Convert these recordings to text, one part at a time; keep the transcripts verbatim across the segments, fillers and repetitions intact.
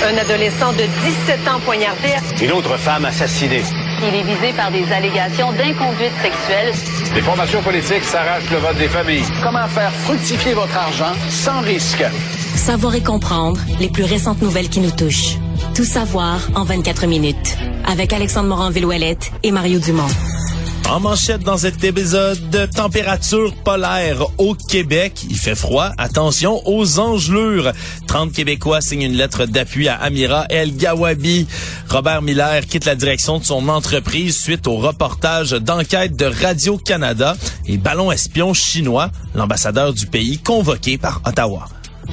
Un adolescent de dix-sept ans poignardé. Une autre femme assassinée. Il est visé par des allégations d'inconduite sexuelle. Les formations politiques s'arrachent le vote des familles. Comment faire fructifier votre argent sans risque? Savoir et comprendre les plus récentes nouvelles qui nous touchent. Tout savoir en vingt-quatre minutes. Avec Alexandre Morin-Villouellette et Mario Dumont. En manchette dans cet épisode, de température polaire au Québec. Il fait froid. Attention aux engelures. trente Québécois signent une lettre d'appui à Amira El-Gawabi. Robert Miller quitte la direction de son entreprise suite au reportage d'enquête de Radio-Canada. Et ballon espion chinois, l'ambassadeur du pays convoqué par Ottawa.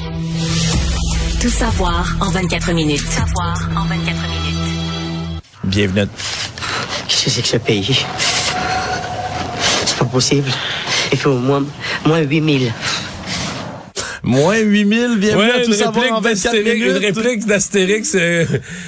Tout savoir en vingt-quatre minutes. Tout savoir en vingt-quatre minutes. Bienvenue. Qu'est-ce que c'est que ce pays? C'est pas possible. Il fait au moins, moins huit mille. Moins huit mille, bienvenue ouais, à Tout savoir en vingt-quatre minutes. Une réplique d'Astérix euh,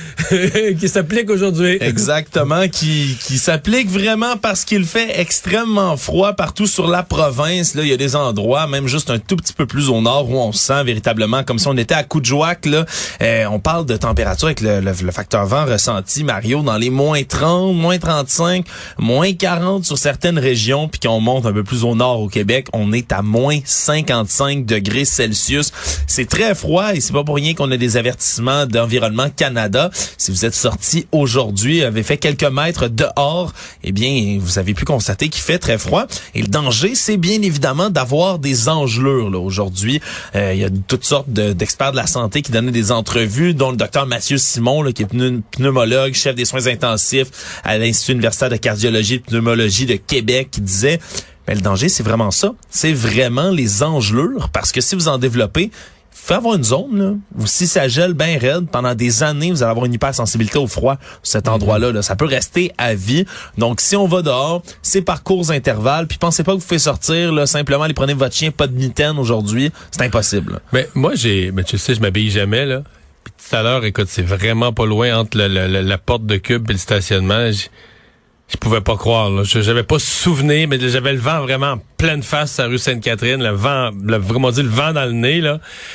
qui s'applique aujourd'hui. Exactement, qui qui s'applique vraiment parce qu'il fait extrêmement froid partout sur la province. Là, il y a des endroits, même juste un tout petit peu plus au nord, où on se sent véritablement comme si on était à Coudjouac. Là, euh, on parle de température avec le, le, le facteur vent ressenti, Mario, dans les moins trente, moins trente-cinq, moins quarante sur certaines régions, puis qu'on monte un peu plus au nord au Québec, on est à moins cinquante-cinq degrés Celsius. C'est très froid et c'est pas pour rien qu'on a des avertissements d'Environnement Canada. Si vous êtes sorti aujourd'hui, avez fait quelques mètres dehors, eh bien, vous avez pu constater qu'il fait très froid. Et le danger, c'est bien évidemment d'avoir des engelures là aujourd'hui. Euh, il y a toutes sortes de, d'experts de la santé qui donnaient des entrevues, dont le docteur Mathieu Simon, là, qui est pneum- pneumologue, chef des soins intensifs à l'Institut universitaire de cardiologie et de pneumologie de Québec, qui disait... Mais le danger, c'est vraiment ça. C'est vraiment les engelures, parce que si vous en développez, il faut avoir une zone, là, où si ça gèle bien raide, pendant des années, vous allez avoir une hypersensibilité au froid, cet endroit-là. Là. Ça peut rester à vie. Donc, si on va dehors, c'est par courts intervalles, puis pensez pas que vous pouvez sortir, là, simplement aller prenez votre chien, pas de mitaine aujourd'hui. C'est impossible. Là. Mais moi, j'ai, mais tu sais, je m'habille jamais, là. Puis tout à l'heure, écoute, c'est vraiment pas loin entre le, le, le, la porte de Cube et le stationnement. J'ai, Je pouvais pas croire, là. Je, j'avais pas souvenir, mais j'avais le vent vraiment en pleine face à la rue Sainte-Catherine, le vent, le, vraiment dit le vent dans le nez, là.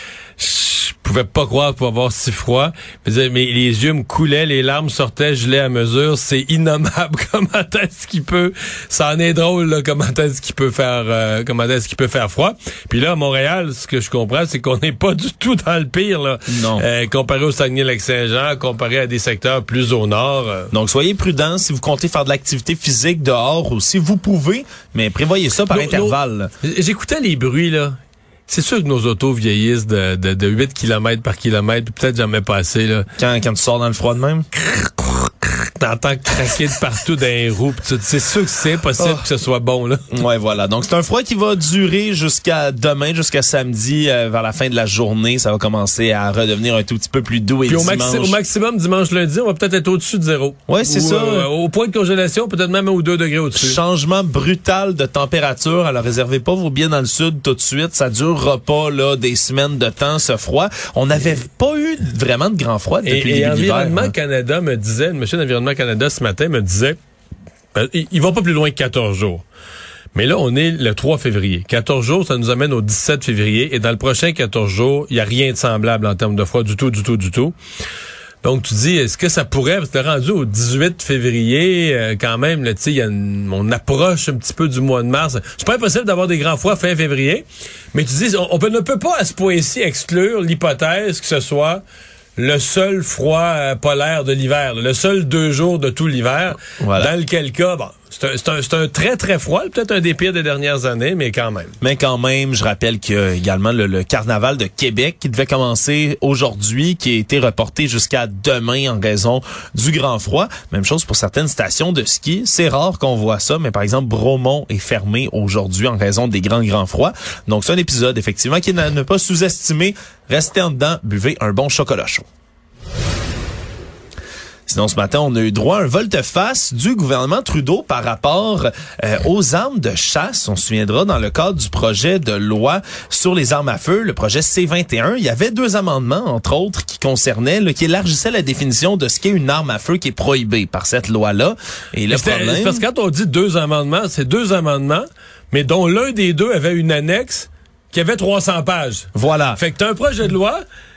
Je pouvais pas croire pour avoir si froid. Mais les yeux me coulaient, les larmes sortaient, je l'ai à mesure. C'est innommable. Comment est-ce qu'il peut, ça en est drôle, là, comment est-ce qu'il peut faire, euh, comment est-ce qu'il peut faire froid. Puis là, à Montréal, ce que je comprends, c'est qu'on n'est pas du tout dans le pire, là. Non. Euh, comparé au Saguenay-Lac-Saint-Jean, comparé à des secteurs plus au nord. Euh. Donc, soyez prudents si vous comptez faire de l'activité physique dehors aussi. Vous pouvez, mais prévoyez ça par No, intervalle. No, j'écoutais les bruits, là. C'est sûr que nos autos vieillissent de, de, de huit kilomètres par kilomètre, peut-être jamais pas assez, là. Quand, quand tu sors dans le froid de même? T'entends craquer de partout dans les roues. C'est sûr que c'est impossible oh. que ce soit bon, là. Ouais, voilà. Donc, c'est un froid qui va durer jusqu'à demain, jusqu'à samedi, euh, vers la fin de la journée. Ça va commencer à redevenir un tout petit peu plus doux et Puis au, dimanche. maxi- au maximum, dimanche, lundi, on va peut-être être au-dessus de zéro. Ouais, c'est ou, ça. Euh, au point de congélation, peut-être même un ou deux degrés au-dessus. Changement brutal de température. Alors, réservez pas vos billets dans le sud tout de suite. Ça durera pas, là, des semaines de temps, ce froid. On n'avait pas eu vraiment de grand froid depuis et, le et début de l'hiver. Environnement hein. Canada me disait, le monsieur d'Environnement Canada ce matin me disait, ben, il, il va pas plus loin que quatorze jours. Mais là, on est le trois février. quatorze jours, ça nous amène au dix-sept février. Et dans le prochain quatorze jours, il n'y a rien de semblable en termes de froid du tout, du tout, du tout. Donc, tu dis, est-ce que ça pourrait, parce que t'es rendu au dix-huit février, euh, quand même, là, tu sais, y a une, on approche un petit peu du mois de mars. C'est pas impossible d'avoir des grands froids fin février, mais tu dis, on, on peut, ne peut pas à ce point-ci exclure l'hypothèse que ce soit le seul froid euh, polaire de l'hiver, là, le seul deux jours de tout l'hiver, voilà. Dans lequel cas, bon, c'est un, c'est un, c'est un très, très froid, peut-être un des pires des dernières années, mais quand même. Mais quand même, je rappelle qu'il y a également le, le carnaval de Québec qui devait commencer aujourd'hui, qui a été reporté jusqu'à demain en raison du grand froid. Même chose pour certaines stations de ski. C'est rare qu'on voit ça, mais par exemple, Bromont est fermé aujourd'hui en raison des grands, grands froids. Donc, c'est un épisode, effectivement, qui n'a ne pas sous-estimer. Restez en dedans, buvez un bon chocolat chaud. Sinon, ce matin, on a eu droit à un volte-face du gouvernement Trudeau par rapport euh, aux armes de chasse. On se souviendra, dans le cadre du projet de loi sur les armes à feu, le projet C vingt et un, il y avait deux amendements, entre autres, qui concernaient, là, qui élargissaient la définition de ce qu'est une arme à feu qui est prohibée par cette loi-là. Et le problème... C'est parce que quand on dit deux amendements, c'est deux amendements, mais dont l'un des deux avait une annexe qui avait trois cents pages. Voilà. Fait que t'as un projet de loi...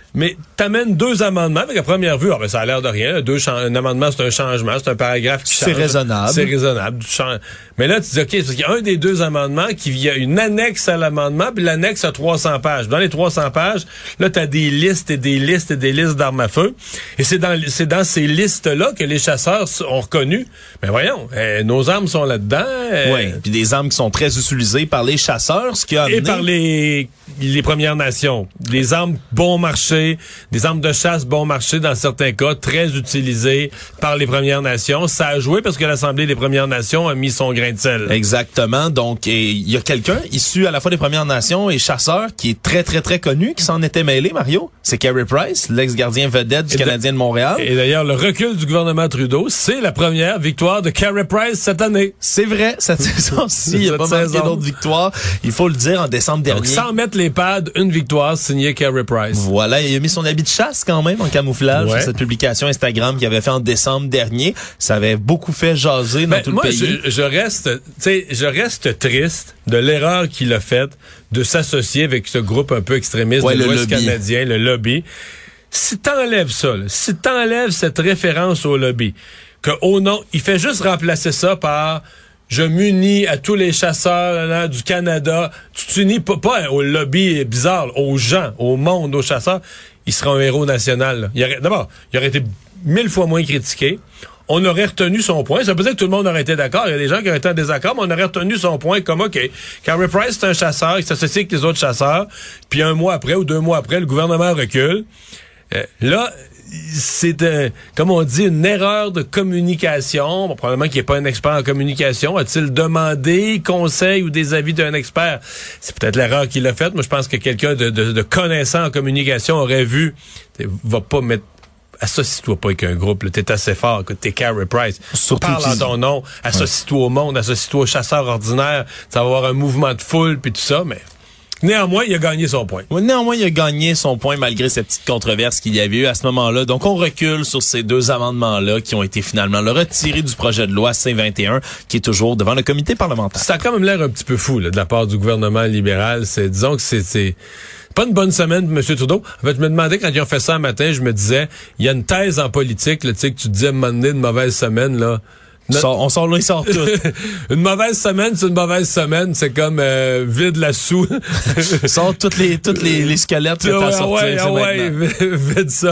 mais t'amènes deux amendements, avec à première vue, oh ben ça a l'air de rien. Deux cha- un amendement, c'est un changement, c'est un paragraphe qui change. C'est raisonnable. C'est raisonnable. Mais là, tu dis, OK, parce qu'il y a un des deux amendements qui il y a une annexe à l'amendement, puis l'annexe a trois cents pages. Dans les trois cents pages, là, t'as des listes et des listes et des listes d'armes à feu. Et c'est dans, c'est dans ces listes-là que les chasseurs ont reconnu. Mais voyons, eh, nos armes sont là-dedans. Eh, oui, puis des armes qui sont très utilisées par les chasseurs, ce qui a amené... Et par les, les Premières Nations. Des armes bon marché, des armes de chasse bon marché dans certains cas, très utilisées par les Premières Nations. Ça a joué parce que l'Assemblée des Premières Nations a mis son grain de sel. Exactement. Donc, il y a quelqu'un issu à la fois des Premières Nations et chasseur qui est très, très, très connu, qui s'en était mêlé, Mario. C'est Carey Price, l'ex-gardien vedette du et Canadien de, de Montréal. Et d'ailleurs, le recul du gouvernement Trudeau, c'est la première victoire de Carey Price cette année. C'est vrai, cette saison-ci, il n'y a pas marqué d'autres victoires. Il faut le dire, en décembre dernier. Donc, sans mettre les pads, une victoire signée Carey Price. Voilà, il a mis son habit de chasse quand même en camouflage ouais. sur cette publication Instagram qu'il avait fait en décembre dernier. Ça avait beaucoup fait jaser dans ben, tout moi, le pays. Je, je reste, tu sais, je reste triste de l'erreur qu'il a faite de s'associer avec ce groupe un peu extrémiste ouais, de l'Ouest lobby. canadien, le lobby. Si t'enlèves ça, là, si t'enlèves cette référence au lobby, que au nom, il fait juste remplacer ça par je m'unis à tous les chasseurs là, du Canada. Tu t'unis pas, pas au lobby bizarre, aux gens, au monde, aux chasseurs. Il sera un héros national. Il aurait, d'abord, il aurait été mille fois moins critiqué. On aurait retenu son point. Ça veut dire que tout le monde aurait été d'accord. Il y a des gens qui auraient été en désaccord, mais on aurait retenu son point comme, OK, Carey Price, c'est un chasseur, il s'associe avec les autres chasseurs, puis un mois après ou deux mois après, le gouvernement recule. Euh, là, c'est, euh, comme on dit, une erreur de communication. Bon, probablement qu'il n'est pas un expert en communication. A-t-il demandé conseil ou des avis d'un expert? C'est peut-être l'erreur qu'il a faite. Moi, je pense que quelqu'un de, de, de connaissant en communication aurait vu, va pas mettre associe-toi pas avec un groupe, là, t'es assez fort, que t'es Carey Price. Surtout parle en ton nom, associe-toi ouais. au monde, associe-toi aux chasseurs ordinaires, ça va avoir un mouvement de foule puis tout ça, mais néanmoins, il a gagné son point. Oui, néanmoins, il a gagné son point malgré cette petite controverse qu'il y avait eu à ce moment-là. Donc, on recule sur ces deux amendements-là qui ont été finalement retirés du projet de loi C vingt et un qui est toujours devant le comité parlementaire. Ça a quand même l'air un petit peu fou là, de la part du gouvernement libéral. C'est, disons que c'est... c'est... pas une bonne semaine pour M. Trudeau. En fait, je me demandais, quand ils ont fait ça un matin, je me disais, il y a une thèse en politique, tu sais, que tu disais à un moment donné, une mauvaise semaine, là. Notre... Sort, on sort là, il sort tout. Une mauvaise semaine, c'est une mauvaise semaine. C'est comme euh, vide la soue. Sort toutes les toutes les, les squelettes que ouais, t'as sortis. Ouais, ah ouais, vide ça.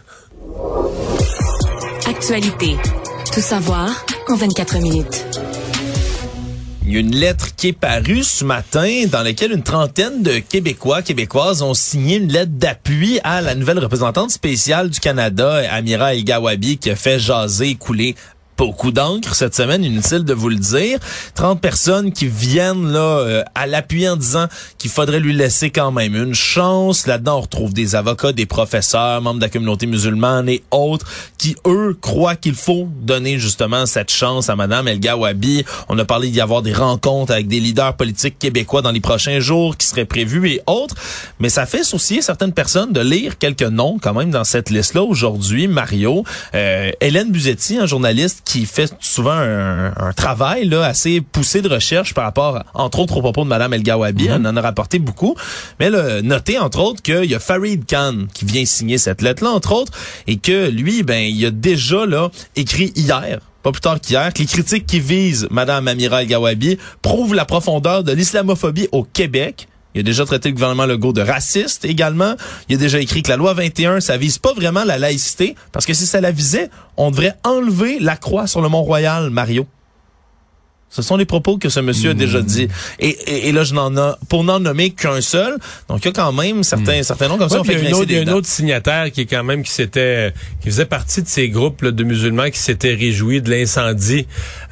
Actualité. Tout savoir en vingt-quatre minutes. Il y a une lettre qui est parue ce matin dans laquelle une trentaine de Québécois, Québécoises ont signé une lettre d'appui à la nouvelle représentante spéciale du Canada, Amira El-Gawabi, qui a fait jaser et couler beaucoup d'encre cette semaine, inutile de vous le dire. trente personnes qui viennent là euh, à l'appui en disant qu'il faudrait lui laisser quand même une chance. Là-dedans, on retrouve des avocats, des professeurs, membres de la communauté musulmane et autres qui, eux, croient qu'il faut donner justement cette chance à Madame El-Gawabi. On a parlé d'y avoir des rencontres avec des leaders politiques québécois dans les prochains jours qui seraient prévus et autres. Mais ça fait soucier certaines personnes de lire quelques noms quand même dans cette liste-là aujourd'hui. Mario, euh, Hélène Buzetti, un journaliste qui fait souvent un, un travail là assez poussé de recherche par rapport, entre autres, au propos de Mme El-Gawabi. Mm-hmm. Elle en a rapporté beaucoup. Mais elle a noté, entre autres, qu'il y a Farid Khan qui vient signer cette lettre-là, entre autres, et que lui, ben, il a déjà là écrit hier, pas plus tard qu'hier, que les critiques qui visent Mme Amira El-Gawabi prouvent la profondeur de l'islamophobie au Québec. Il a déjà traité le gouvernement Legault de raciste également. Il a déjà écrit que la loi vingt et un, ça vise pas vraiment la laïcité, parce que si ça la visait, on devrait enlever la croix sur le Mont-Royal, Mario. Ce sont les propos que ce monsieur mmh. a déjà dit. Et, et, et là, je n'en ai, pour n'en nommer qu'un seul. Donc, il y a quand même certains, mmh. certains noms comme ouais, ça. On fait il y a, autre, il y a un autre signataire qui est quand même, qui s'était, qui faisait partie de ces groupes là, de musulmans qui s'étaient réjouis de l'incendie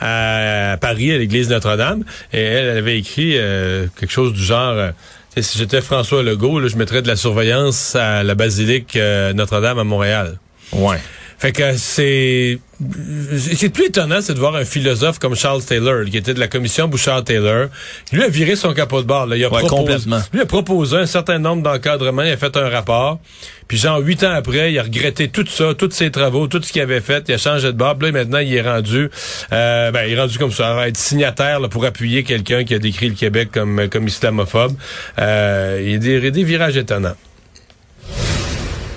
à Paris, à l'église Notre-Dame. Et elle, elle avait écrit euh, quelque chose du genre, euh, si j'étais François Legault, là, je mettrais de la surveillance à la basilique euh, Notre-Dame à Montréal. Ouais. Fait que c'est... C'est plus étonnant, c'est de voir un philosophe comme Charles Taylor, qui était de la commission Bouchard-Taylor. Lui a viré son capot de barre. Là. Il a ouais, proposé, complètement. Lui a proposé un certain nombre d'encadrements, il a fait un rapport. Puis genre, huit ans après, il a regretté tout ça, tous ses travaux, tout ce qu'il avait fait. Il a changé de barre. Puis là, maintenant, il est rendu... Euh, ben, il est rendu comme ça, à être signataire là, pour appuyer quelqu'un qui a décrit le Québec comme, comme islamophobe. Euh, il y a des, des virages étonnants.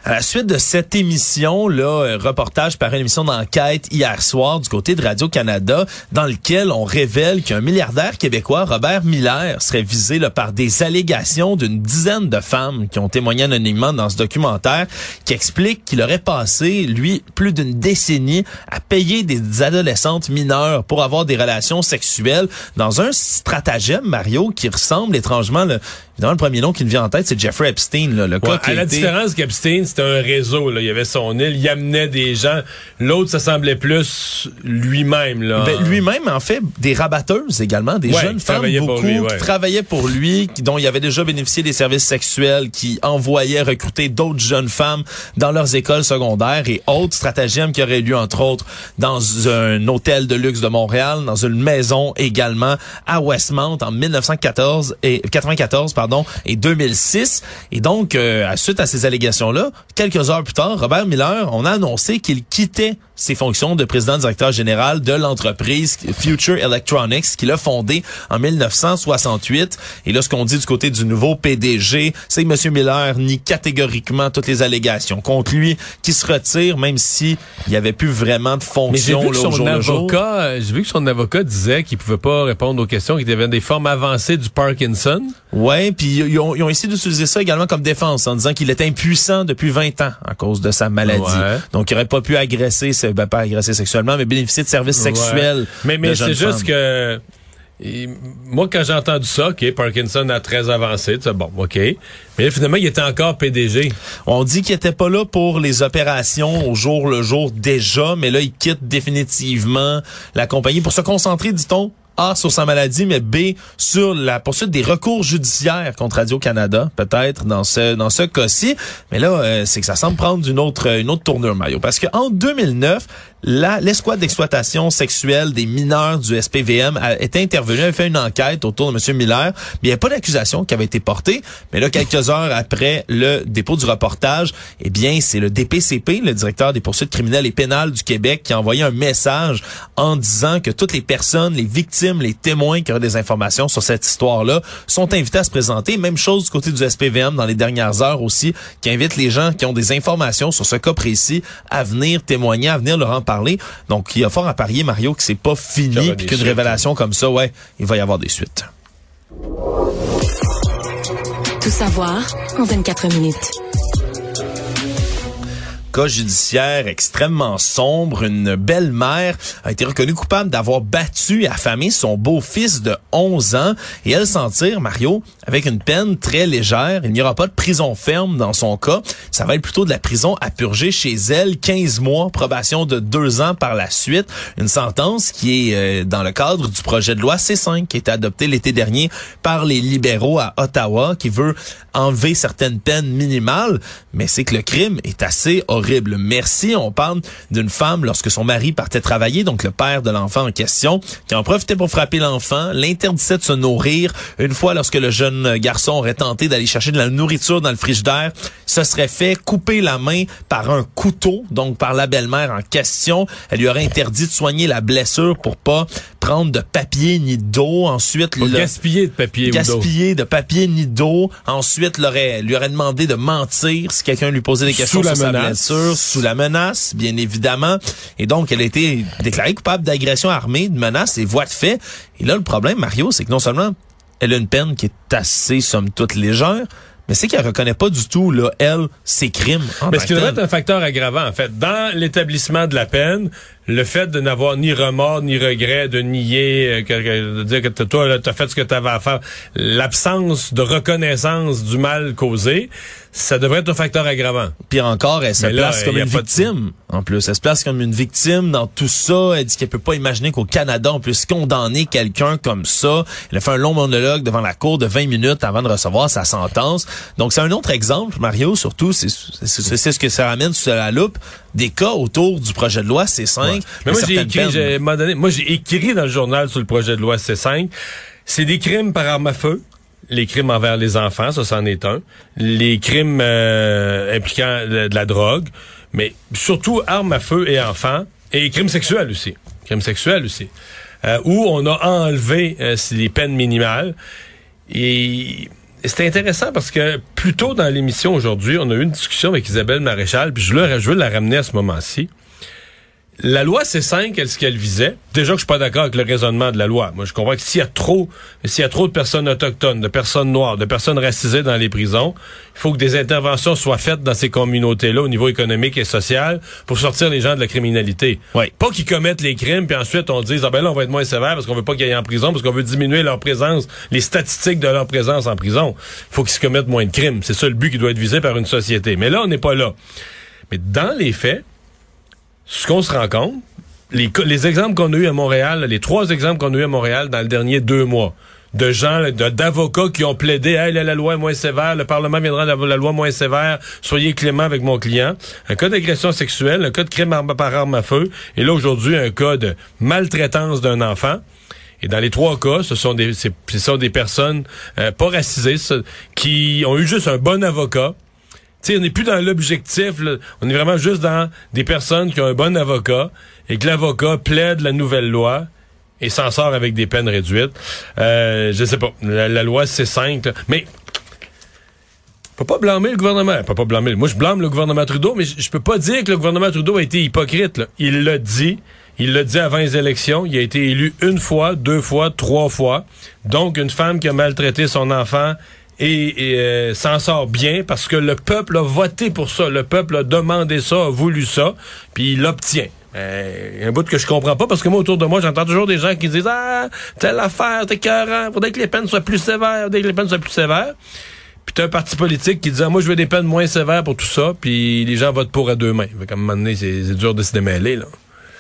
À la suite de cette émission, là, reportage par une émission d'enquête hier soir du côté de Radio-Canada, dans lequel on révèle qu'un milliardaire québécois, Robert Miller, serait visé là, par des allégations d'une dizaine de femmes qui ont témoigné anonymement dans ce documentaire, qui explique qu'il aurait passé, lui, plus d'une décennie à payer des adolescentes mineures pour avoir des relations sexuelles dans un stratagème, Mario, qui ressemble étrangement, là, évidemment, le premier nom qui me vient en tête, c'est Jeffrey Epstein, là, le ouais, cas qui à la été... différence qu'Epstein, c'était un réseau, là. Il y avait son île, il amenait des gens. L'autre, ça semblait plus lui-même, là. Ben, lui-même, en fait, des rabatteuses également, des ouais, jeunes femmes beaucoup lui, ouais. qui travaillaient pour lui, qui, dont il avait déjà bénéficié des services sexuels, qui envoyaient recruter d'autres jeunes femmes dans leurs écoles secondaires et autres stratagèmes qui auraient lieu, entre autres, dans un hôtel de luxe de Montréal, dans une maison également à Westmount en mille neuf cent quatorze et quatre-vingt-quatorze, pardon, et deux mille six. Et donc, euh, suite à ces allégations-là, quelques heures plus tard, Robert Miller, on a annoncé qu'il quittait ses fonctions de président-directeur général de l'entreprise Future Electronics, qu'il a fondée en mille neuf cent soixante-huit. Et là, ce qu'on dit du côté du nouveau P D G, c'est que M. Miller nie catégoriquement toutes les allégations contre lui, qui se retire, même si il n'y avait plus vraiment de fonction. Mais j'ai vu que là, son jour avocat, j'ai vu que son avocat disait qu'il pouvait pas répondre aux questions, qu'il avait des formes avancées du Parkinson. Ouais, puis ils ont, ils ont essayé d'utiliser ça également comme défense en disant qu'il était impuissant depuis vingt ans à cause de sa maladie. Ouais. Donc, il n'aurait pas pu agresser, ben, pas agresser sexuellement, mais bénéficier de services ouais. sexuels. Mais, mais c'est juste femmes. que et, moi, quand j'ai entendu ça, OK, Parkinson a très avancé, c'est bon, OK. Mais là, finalement, il était encore P D G. On dit qu'il était pas là pour les opérations au jour le jour déjà, mais là, il quitte définitivement la compagnie pour se concentrer, dit-on, A, sur sa maladie, mais B, sur la poursuite des recours judiciaires contre Radio-Canada, peut-être, dans ce dans ce cas-ci. Mais là, euh, c'est que ça semble prendre une autre une autre tournure, Mario. Parce que en deux mille neuf, la, l'escouade d'exploitation sexuelle des mineurs du S P V M a, était intervenue, avait fait une enquête autour de M. Miller. Mais il n'y a pas d'accusation qui avait été portée. Mais là, quelques heures après le dépôt du reportage, eh bien, c'est le D P C P, le directeur des poursuites criminelles et pénales du Québec, qui a envoyé un message en disant que toutes les personnes, les victimes, les témoins qui auraient des informations sur cette histoire-là sont invités à se présenter. Même chose du côté du S P V M dans les dernières heures aussi, qui invite les gens qui ont des informations sur ce cas précis à venir témoigner, à venir leur en parler. Donc, il y a fort à parier, Mario, que c'est pas fini, puis qu'une suites. révélation comme ça, ouais, il va y avoir des suites. Tout savoir en vingt-quatre minutes. Cas judiciaire extrêmement sombre. Une belle-mère a été reconnue coupable d'avoir battu et affamé son beau-fils de onze ans. Et elle s'en tire, Mario, avec une peine très légère. Il n'y aura pas de prison ferme dans son cas. Ça va être plutôt de la prison à purger chez elle. quinze mois, probation de deux ans par la suite. Une sentence qui est euh, dans le cadre du projet de loi C cinq qui a été adopté l'été dernier par les libéraux à Ottawa, qui veut enlever certaines peines minimales. Mais c'est que le crime est assez horrible. Merci. On parle d'une femme lorsque son mari partait travailler, donc le père de l'enfant en question, qui en profitait pour frapper l'enfant, l'interdisait de se nourrir. Une fois, lorsque le jeune garçon aurait tenté d'aller chercher de la nourriture dans le frigidaire, se serait fait couper la main par un couteau, donc par la belle-mère en question. Elle lui aurait interdit de soigner la blessure pour pas prendre de papier ni d'eau. Ensuite, le, gaspiller de papier gaspiller ou d'eau. de papier ni d'eau. Ensuite, l'aurait, lui aurait demandé de mentir si quelqu'un lui posait des questions sous sur la sa menace. blessure, sous la menace, bien évidemment. Et donc, elle a été déclarée coupable d'agression armée, de menace et voie de fait. Et là, le problème, Mario, c'est que non seulement elle a une peine qui est assez, somme toute, légère, mais c'est qu'elle reconnaît pas du tout, là, elle, ses crimes. Mais ce qui devrait être un facteur aggravant, en fait. Dans l'établissement de la peine, le fait de n'avoir ni remords, ni regret, de nier, que, que, de dire que toi, là, t'as fait ce que t'avais à faire, l'absence de reconnaissance du mal causé, ça devrait être un facteur aggravant. Pire encore, elle se Mais place là, comme une victime. De... En plus, elle se place comme une victime dans tout ça. Elle dit qu'elle peut pas imaginer qu'au Canada, on puisse condamner quelqu'un comme ça. Elle a fait un long monologue devant la cour de vingt minutes avant de recevoir sa sentence. Donc, c'est un autre exemple, Mario, surtout, c'est, c'est, c'est ce que ça ramène sous la loupe, des cas autour du projet de loi C cinq. Ouais. Mais moi, j'ai écrit, j'ai, donné, moi, j'ai écrit dans le journal sur le projet de loi C cinq, c'est des crimes par arme à feu. Les crimes envers les enfants, ça, c'en est un. Les crimes euh, impliquant de, de la drogue, mais surtout armes à feu et enfants, et crimes sexuels aussi. Crimes sexuels aussi. Euh, où on a enlevé euh, les peines minimales. Et c'est intéressant parce que plus tôt dans l'émission aujourd'hui, on a eu une discussion avec Isabelle Maréchal, puis je veux, je veux la ramener à ce moment-ci. La loi C cinq, elle, ce qu'elle visait, déjà que je suis pas d'accord avec le raisonnement de la loi. Moi, je comprends que s'il y a trop, s'il y a trop de personnes autochtones, de personnes noires, de personnes racisées dans les prisons, il faut que des interventions soient faites dans ces communautés-là au niveau économique et social pour sortir les gens de la criminalité. Oui. Pas qu'ils commettent les crimes, puis ensuite on dise, ah ben là, on va être moins sévère parce qu'on veut pas qu'ils aillent en prison, parce qu'on veut diminuer leur présence, les statistiques de leur présence en prison. Il faut qu'ils se commettent moins de crimes. C'est ça le but qui doit être visé par une société. Mais là, on n'est pas là. Mais dans les faits, ce qu'on se rend compte, les, les exemples qu'on a eus à Montréal, les trois exemples qu'on a eus à Montréal dans le dernier deux mois, de gens, de, d'avocats qui ont plaidé, hey, là, la loi est moins sévère, le Parlement viendra la, la loi moins sévère, soyez clément avec mon client. Un cas d'agression sexuelle, un cas de crime par arme à feu, et là, aujourd'hui, un cas de maltraitance d'un enfant. Et dans les trois cas, ce sont des, c'est, ce sont des personnes euh, pas racisées, ce, qui ont eu juste un bon avocat. Tu sais, on n'est plus dans l'objectif, là. On est vraiment juste dans des personnes qui ont un bon avocat et que l'avocat plaide la nouvelle loi et s'en sort avec des peines réduites. Euh, je sais pas, la, la loi C cinq, là. Mais faut pas blâmer le gouvernement. Faut pas blâmer. Moi, je blâme le gouvernement Trudeau, mais je, je peux pas dire que le gouvernement Trudeau a été hypocrite, là. Il l'a dit. Il l'a dit avant les élections. Il a été élu une fois, deux fois, trois fois. Donc, une femme qui a maltraité son enfant et, et euh, s'en sort bien parce que le peuple a voté pour ça. Le peuple a demandé ça, a voulu ça, puis il l'obtient. Euh, un bout que je comprends pas, parce que moi, autour de moi, j'entends toujours des gens qui disent « Ah, telle affaire, t'es écœurant, faudrait que les peines soient plus sévères, faudrait que les peines soient plus sévères. » Puis t'as un parti politique qui dit ah, « Moi, je veux des peines moins sévères pour tout ça. » Puis les gens votent pour à deux mains. Fait qu'à un moment donné, c'est, c'est dur de se démêler, là.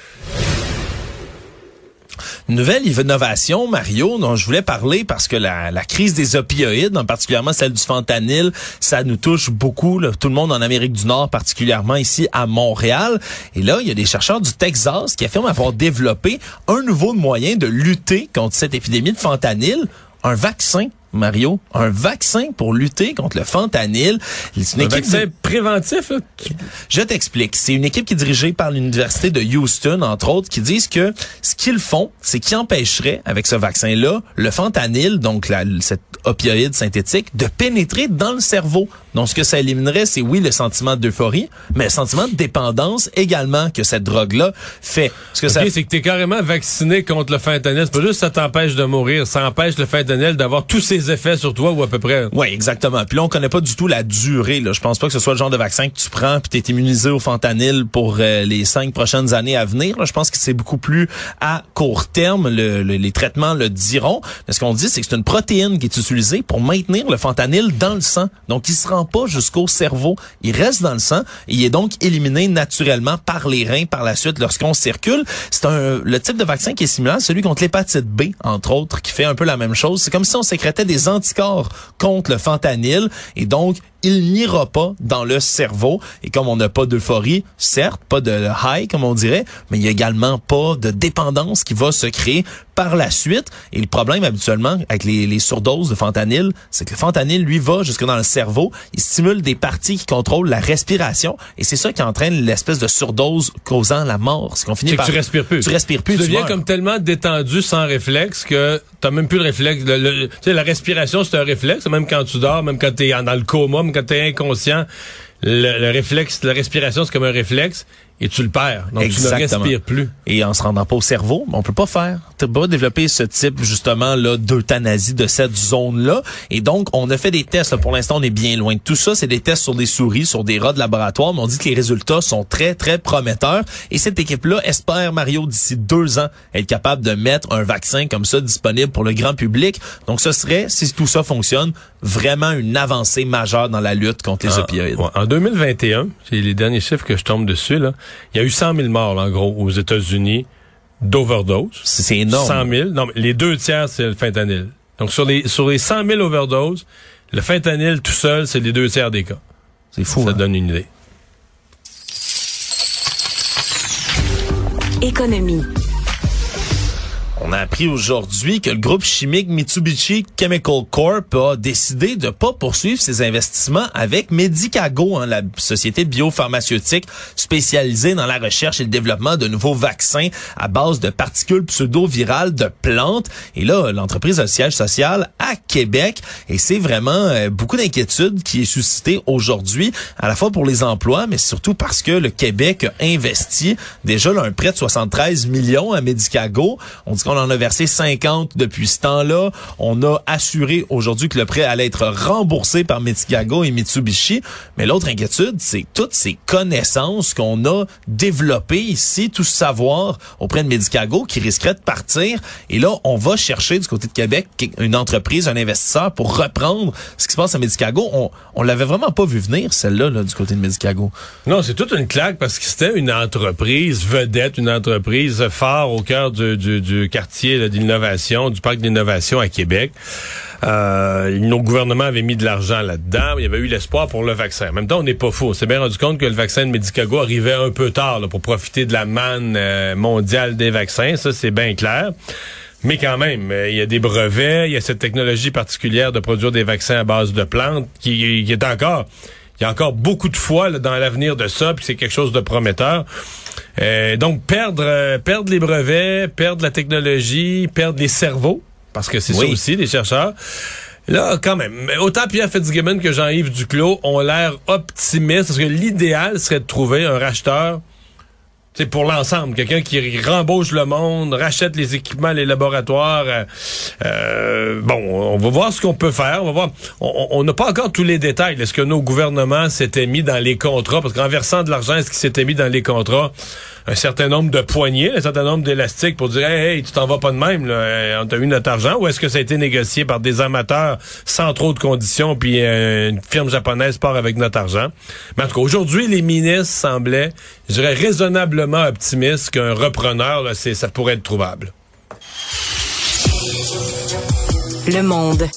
Nouvelle innovation, Mario, dont je voulais parler parce que la, la crise des opioïdes, en particulièrement celle du fentanyl, ça nous touche beaucoup, là, tout le monde en Amérique du Nord, particulièrement ici à Montréal. Et là, il y a des chercheurs du Texas qui affirment avoir développé un nouveau moyen de lutter contre cette épidémie de fentanyl, un vaccin. Mario, un vaccin pour lutter contre le fentanyl. C'est une un équipe vaccin de... préventif, là. Je t'explique. C'est une équipe qui est dirigée par l'Université de Houston, entre autres, qui disent que ce qu'ils font, c'est qu'ils empêcheraient, avec ce vaccin-là, le fentanyl, donc la, cette opioïde synthétique, de pénétrer dans le cerveau. Donc, ce que ça éliminerait, c'est oui, le sentiment d'euphorie, mais le sentiment de dépendance également que cette drogue-là fait. Ce que okay, ça... c'est que t'es carrément vacciné contre le fentanyl. C'est pas juste que ça t'empêche de mourir, ça empêche le fentanyl d'avoir tous ses effets sur toi ou à peu près. Oui, exactement. Puis là, on connaît pas du tout la durée. Là. Je pense pas que ce soit le genre de vaccin que tu prends puis t'es immunisé au fentanyl pour euh, les cinq prochaines années à venir. Là. Je pense que c'est beaucoup plus à court terme. Le, le, les traitements le diront. Mais ce qu'on dit, c'est que c'est une protéine qui est utilisée pour maintenir le fentanyl dans le sang. Donc, il se rend pas jusqu'au cerveau. Il reste dans le sang et il est donc éliminé naturellement par les reins par la suite lorsqu'on circule. C'est un le type de vaccin qui est similaire à celui contre l'hépatite B, entre autres, qui fait un peu la même chose. C'est comme si on sécrétait des anticorps contre le fentanyl et donc il n'ira pas dans le cerveau. Et comme on n'a pas d'euphorie, certes, pas de high, comme on dirait, mais il y a également pas de dépendance qui va se créer par la suite. Et le problème, habituellement, avec les, les surdoses de fentanyl, c'est que le fentanyl, lui, va jusque dans le cerveau. Il stimule des parties qui contrôlent la respiration. Et c'est ça qui entraîne l'espèce de surdose causant la mort. C'est qu'on finit c'est par... que tu respires plus. Tu respires plus, tu, tu deviens meurs. Comme tellement détendu sans réflexe que t'as même plus le réflexe. Le, le, tu sais, la respiration, c'est un réflexe. Même quand tu dors, même quand t'es dans le coma, même quand t'es inconscient, le, le réflexe, la respiration, c'est comme un réflexe. Et tu le perds. Donc, exactement. Tu ne respires plus. Et en se rendant pas au cerveau, on peut pas faire. Tu peux pas développer ce type, justement, là, d'euthanasie de cette zone-là. Et donc, on a fait des tests. Là. Pour l'instant, on est bien loin de tout ça. C'est des tests sur des souris, sur des rats de laboratoire. Mais on dit que les résultats sont très, très prometteurs. Et cette équipe-là espère, Mario, d'ici deux ans, être capable de mettre un vaccin comme ça disponible pour le grand public. Donc, ce serait, si tout ça fonctionne, vraiment une avancée majeure dans la lutte contre les en, opioïdes. En deux mille vingt et un, c'est les derniers chiffres que je tombe dessus, là. Il y a eu cent mille morts, là, en gros, aux États-Unis d'overdose. C'est, c'est énorme. cent mille. Non, mais les deux tiers, c'est le fentanyl. Donc, sur les, sur les cent mille overdoses, le fentanyl tout seul, c'est les deux tiers des cas. C'est fou. Ça hein? te donne une idée. Économie. On a appris aujourd'hui que le groupe chimique Mitsubishi Chemical Corp a décidé de pas poursuivre ses investissements avec Medicago, hein, la société biopharmaceutique spécialisée dans la recherche et le développement de nouveaux vaccins à base de particules pseudo-virales de plantes. Et là, l'entreprise a le siège social à Québec et c'est vraiment euh, beaucoup d'inquiétude qui est suscitée aujourd'hui, à la fois pour les emplois, mais surtout parce que le Québec a investi déjà là, un prêt de soixante-treize millions à Medicago. On dit qu'on en a versé cinquante depuis ce temps-là. On a assuré aujourd'hui que le prêt allait être remboursé par Medicago et Mitsubishi. Mais l'autre inquiétude, c'est toutes ces connaissances qu'on a développées ici, tout ce savoir auprès de Medicago qui risquerait de partir. Et là, on va chercher du côté de Québec une entreprise, un investisseur pour reprendre ce qui se passe à Medicago. On, on l'avait vraiment pas vu venir, celle-là, là, du côté de Medicago. Non, c'est toute une claque parce que c'était une entreprise vedette, une entreprise phare au cœur du, du, du quartier là, d'innovation, du parc d'innovation à Québec. Euh, nos gouvernements avaient mis de l'argent là-dedans. Il y avait eu l'espoir pour le vaccin. En même temps, on n'est pas fou. On s'est bien rendu compte que le vaccin de Medicago arrivait un peu tard là, pour profiter de la manne euh, mondiale des vaccins. Ça, c'est bien clair. Mais quand même, il y a des brevets, il y a cette technologie particulière de produire des vaccins à base de plantes qui, qui est encore... Il y a encore beaucoup de foi là, dans l'avenir de ça, puis c'est quelque chose de prometteur. Euh, donc, perdre euh, perdre les brevets, perdre la technologie, perdre les cerveaux, parce que c'est oui. ça aussi, les chercheurs. Là, quand même, autant Pierre Fitzgibbon que Jean-Yves Duclos ont l'air optimistes, parce que l'idéal serait de trouver un racheteur c'est pour l'ensemble, quelqu'un qui rembauche le monde, rachète les équipements, les laboratoires. Euh, euh, bon, on va voir ce qu'on peut faire. On va voir. On n'a pas encore tous les détails. Est-ce que nos gouvernements s'étaient mis dans les contrats? Parce qu'en versant de l'argent, est-ce qu'ils s'étaient mis dans les contrats un certain nombre de poignées, un certain nombre d'élastiques pour dire hey, hey tu t'en vas pas de même, là, on t'a eu notre argent, ou est-ce que ça a été négocié par des amateurs sans trop de conditions, puis euh, une firme japonaise part avec notre argent? Mais en tout cas, aujourd'hui, les ministres semblaient, je dirais, raisonnablement optimistes qu'un repreneur, là, c'est, ça pourrait être trouvable. Le Monde.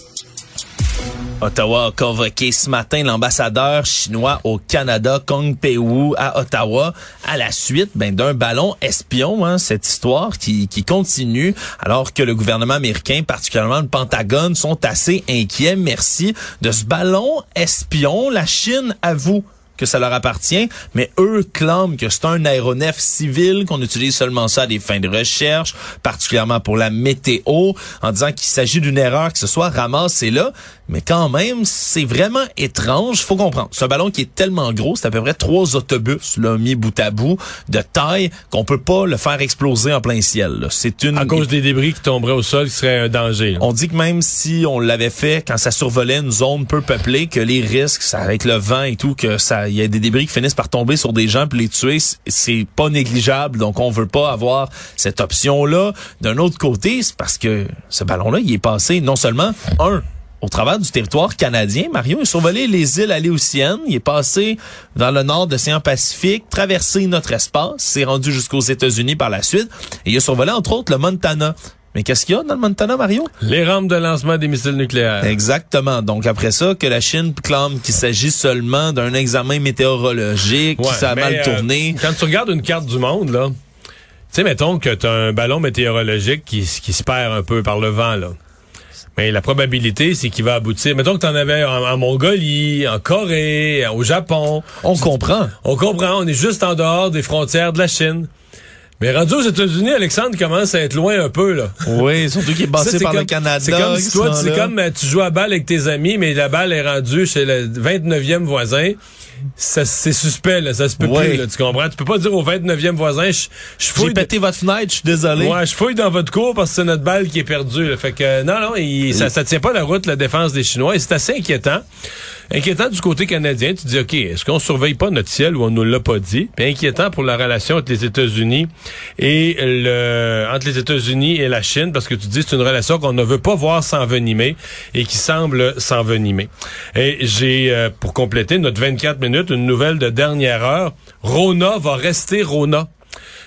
Ottawa a convoqué ce matin l'ambassadeur chinois au Canada, Kong Pei-Wu, à Ottawa, à la suite ben, d'un ballon espion, hein, cette histoire qui, qui continue, alors que le gouvernement américain, particulièrement le Pentagone, sont assez inquiets, merci, de ce ballon espion. La Chine avoue que ça leur appartient, mais eux clament que c'est un aéronef civil, qu'on utilise seulement ça à des fins de recherche, particulièrement pour la météo, en disant qu'il s'agit d'une erreur que ce soit ramassé là, mais quand même, c'est vraiment étrange. Faut comprendre, c'est un ballon qui est tellement gros, c'est à peu près trois autobus là, mis bout à bout, de taille, qu'on peut pas le faire exploser en plein ciel. Là. C'est une... À cause des débris qui tomberaient au sol, qui serait un danger. Là. On dit que même si on l'avait fait quand ça survolait une zone peu peuplée, que les risques, ça, avec le vent et tout, que ça il y a des débris qui finissent par tomber sur des gens puis les tuer, c'est pas négligeable. Donc, on veut pas avoir cette option-là. D'un autre côté, c'est parce que ce ballon-là, il est passé non seulement, un, au travers du territoire canadien. Mario a survolé les îles Aléoutiennes. Il est passé dans le nord de l'océan Pacifique, traversé notre espace, s'est rendu jusqu'aux États-Unis par la suite. Et il a survolé, entre autres, le Montana. Mais qu'est-ce qu'il y a dans le Montana, Mario? Les rampes de lancement des missiles nucléaires. Exactement. Donc, après ça, que la Chine clame qu'il s'agit seulement d'un examen météorologique, ouais, qui ça a mal tourné. Euh, quand tu regardes une carte du monde, là, tu sais, mettons que tu as un ballon météorologique qui, qui se perd un peu par le vent, là. Mais la probabilité, c'est qu'il va aboutir. Mettons que tu en avais en, en Mongolie, en Corée, au Japon. On comprend. On comprend. On est juste en dehors des frontières de la Chine. Mais rendu aux États-Unis, Alexandre commence à être loin un peu, là. Oui, surtout qu'il est passé par comme, le Canada. C'est comme si toi, c'est comme tu joues à balle avec tes amis, mais la balle est rendue chez le vingt-neuvième voisin. Ça, c'est suspect, là. Ça se peut oui. plus, là. Tu comprends? Tu peux pas dire au vingt-neuvième voisin, je, je fouille. J'ai pété de... votre fenêtre, je suis désolé. Ouais, je fouille dans votre cour parce que c'est notre balle qui est perdue, là. Fait que, non, non, il, ça, ça tient pas la route, la défense des Chinois, et c'est assez inquiétant. Inquiétant du côté canadien, tu te dis, OK, est-ce qu'on surveille pas notre ciel ou on nous l'a pas dit? Puis inquiétant pour la relation entre les États-Unis et le, entre les États-Unis et la Chine, parce que tu dis, c'est une relation qu'on ne veut pas voir s'envenimer et qui semble s'envenimer. Et j'ai, euh, pour compléter notre vingt-quatre minutes, une nouvelle de dernière heure. Rona va rester Rona.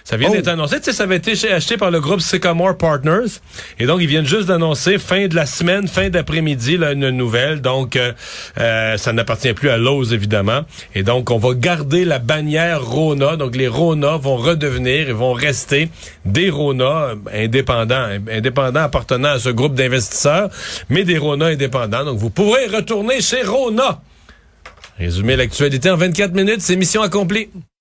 Ça vient oh. d'être annoncé. Tu sais, ça avait été acheté par le groupe Sycamore Partners. Et donc, ils viennent juste d'annoncer fin de la semaine, fin d'après-midi, là, une nouvelle. Donc, euh, euh, ça n'appartient plus à Lowe's, évidemment. Et donc, on va garder la bannière Rona. Donc, les Rona vont redevenir et vont rester des Rona indépendants, indépendants appartenant à ce groupe d'investisseurs, mais des Rona indépendants. Donc, vous pourrez retourner chez Rona. Résumer l'actualité en vingt-quatre minutes, c'est mission accomplie.